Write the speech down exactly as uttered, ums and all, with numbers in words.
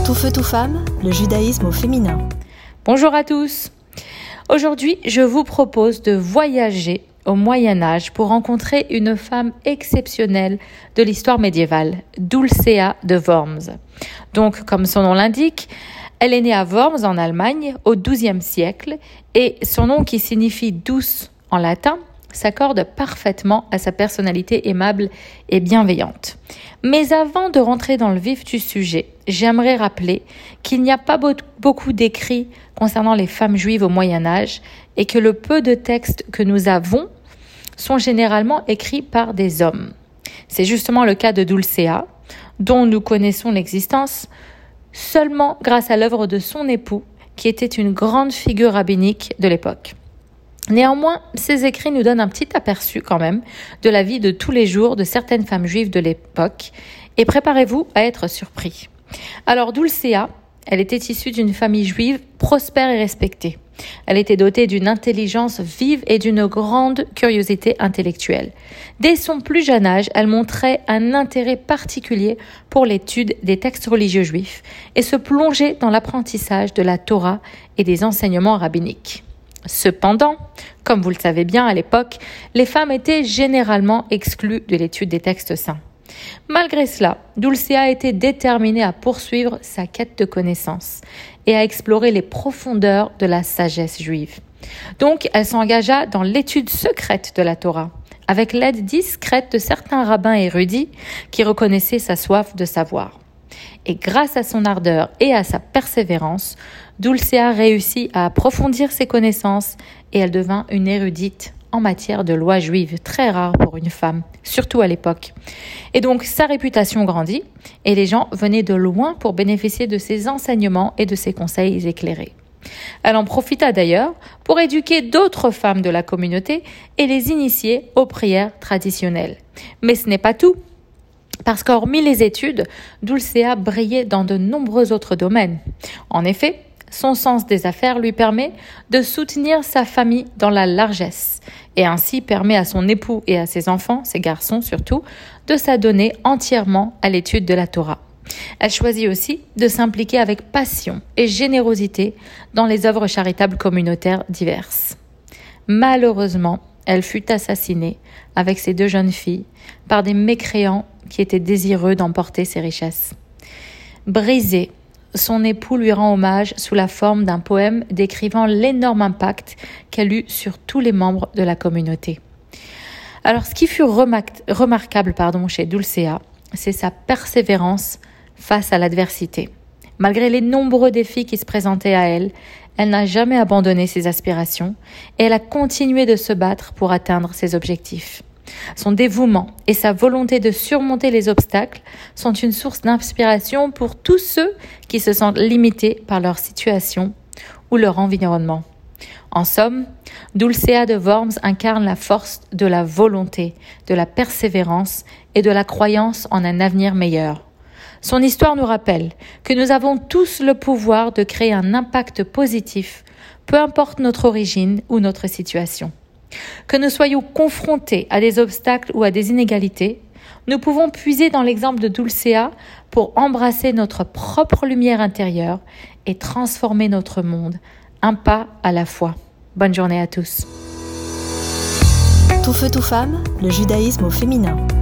Tout feu, tout femme, le judaïsme au féminin. Bonjour à tous. Aujourd'hui, je vous propose de voyager au Moyen-Âge pour rencontrer une femme exceptionnelle de l'histoire médiévale, Dulcea de Worms. Donc, comme son nom l'indique, elle est née à Worms en Allemagne au douzième siècle et son nom qui signifie douce en latin s'accorde parfaitement à sa personnalité aimable et bienveillante. Mais avant de rentrer dans le vif du sujet, j'aimerais rappeler qu'il n'y a pas beaucoup d'écrits concernant les femmes juives au Moyen-Âge et que le peu de textes que nous avons sont généralement écrits par des hommes. C'est justement le cas de Dulcea, dont nous connaissons l'existence seulement grâce à l'œuvre de son époux, qui était une grande figure rabbinique de l'époque. Néanmoins, ces écrits nous donnent un petit aperçu quand même de la vie de tous les jours de certaines femmes juives de l'époque, et préparez-vous à être surpris. Alors Dulcea, elle était issue d'une famille juive prospère et respectée. Elle était dotée d'une intelligence vive et d'une grande curiosité intellectuelle. Dès son plus jeune âge, elle montrait un intérêt particulier pour l'étude des textes religieux juifs et se plongeait dans l'apprentissage de la Torah et des enseignements rabbiniques. Cependant, comme vous le savez bien à l'époque, les femmes étaient généralement exclues de l'étude des textes saints. Malgré cela, Dulcea était déterminée à poursuivre sa quête de connaissances et à explorer les profondeurs de la sagesse juive. Donc, elle s'engagea dans l'étude secrète de la Torah, avec l'aide discrète de certains rabbins érudits qui reconnaissaient sa soif de savoir. Et grâce à son ardeur et à sa persévérance, Dulcea réussit à approfondir ses connaissances et elle devint une érudite en matière de lois juives, très rare pour une femme, surtout à l'époque. Et donc sa réputation grandit et les gens venaient de loin pour bénéficier de ses enseignements et de ses conseils éclairés. Elle en profita d'ailleurs pour éduquer d'autres femmes de la communauté et les initier aux prières traditionnelles. Mais ce n'est pas tout. Parce qu'hormis les études, Dulcea brillait dans de nombreux autres domaines. En effet, son sens des affaires lui permet de soutenir sa famille dans la largesse et ainsi permet à son époux et à ses enfants, ses garçons surtout, de s'adonner entièrement à l'étude de la Torah. Elle choisit aussi de s'impliquer avec passion et générosité dans les œuvres charitables communautaires diverses. Malheureusement, elle fut assassinée avec ses deux jeunes filles par des mécréants qui étaient désireux d'emporter ses richesses. Brisée, son époux lui rend hommage sous la forme d'un poème décrivant l'énorme impact qu'elle eut sur tous les membres de la communauté. Alors, ce qui fut remar- remarquable pardon, chez Dulcea, c'est sa persévérance face à l'adversité. Malgré les nombreux défis qui se présentaient à elle, elle n'a jamais abandonné ses aspirations et elle a continué de se battre pour atteindre ses objectifs. Son dévouement et sa volonté de surmonter les obstacles sont une source d'inspiration pour tous ceux qui se sentent limités par leur situation ou leur environnement. En somme, Dulcea de Worms incarne la force de la volonté, de la persévérance et de la croyance en un avenir meilleur. Son histoire nous rappelle que nous avons tous le pouvoir de créer un impact positif, peu importe notre origine ou notre situation. Que nous soyons confrontés à des obstacles ou à des inégalités, nous pouvons puiser dans l'exemple de Dulcea pour embrasser notre propre lumière intérieure et transformer notre monde, un pas à la fois. Bonne journée à tous. Tout feu, tout femme, le judaïsme au féminin.